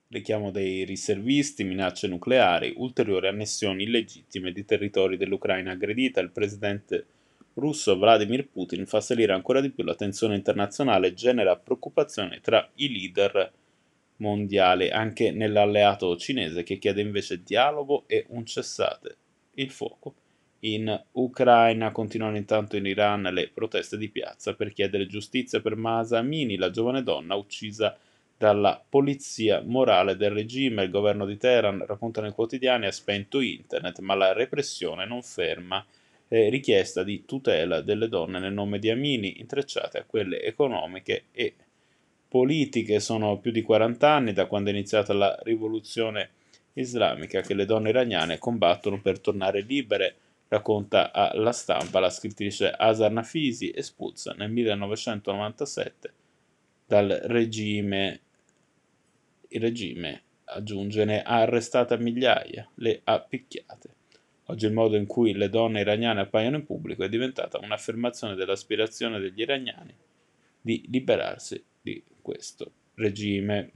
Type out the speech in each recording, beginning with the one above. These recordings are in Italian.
richiamo dei riservisti, minacce nucleari, ulteriori annessioni illegittime di territori dell'Ucraina aggredita. Il presidente russo Vladimir Putin fa salire ancora di più la tensione internazionale e genera preoccupazione tra i leader mondiali, anche nell'alleato cinese che chiede invece dialogo e un cessate il fuoco. In Ucraina continuano intanto in Iran le proteste di piazza per chiedere giustizia per Mahsa Amini, la giovane donna uccisa dalla polizia morale del regime. Il governo di Teheran, racconta nei quotidiani, ha spento internet, ma la repressione non ferma. Richiesta di tutela delle donne nel nome di Amini, intrecciate a quelle economiche e politiche. Sono più di 40 anni da quando è iniziata la rivoluzione islamica che le donne iraniane combattono per tornare libere, racconta alla Stampa la scrittrice Asar Nafisi, espulsa nel 1997 dal regime. Il regime, aggiunge, ne ha arrestate migliaia, le ha picchiate. Oggi il modo in cui le donne iraniane appaiono in pubblico è diventata un'affermazione dell'aspirazione degli iraniani di liberarsi di questo regime.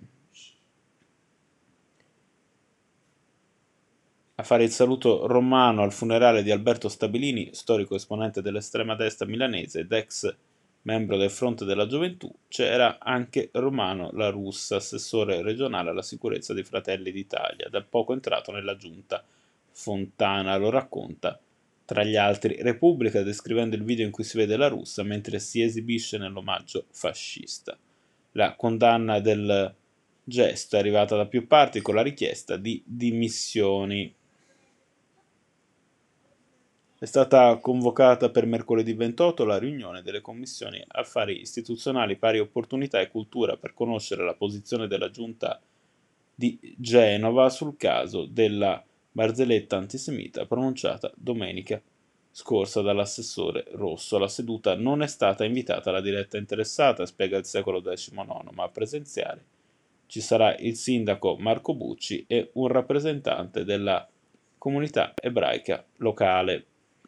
A fare il saluto romano al funerale di Alberto Stabilini, storico esponente dell'estrema destra milanese ed ex membro del Fronte della Gioventù, c'era anche Romano La Russa, assessore regionale alla sicurezza dei Fratelli d'Italia, da poco entrato nella giunta Fontana. Lo racconta, tra gli altri, Repubblica, descrivendo il video in cui si vede La Russa mentre si esibisce nell'omaggio fascista. La condanna del gesto è arrivata da più parti con la richiesta di dimissioni. È stata convocata per mercoledì 28 la riunione delle commissioni affari istituzionali, pari opportunità e cultura per conoscere la posizione della giunta di Genova sul caso della barzelletta antisemita pronunciata domenica scorsa dall'assessore Rosso. La seduta non è stata invitata alla diretta interessata, spiega il Secolo XIX, ma a presenziare ci sarà il sindaco Marco Bucci e un rappresentante della comunità ebraica locale.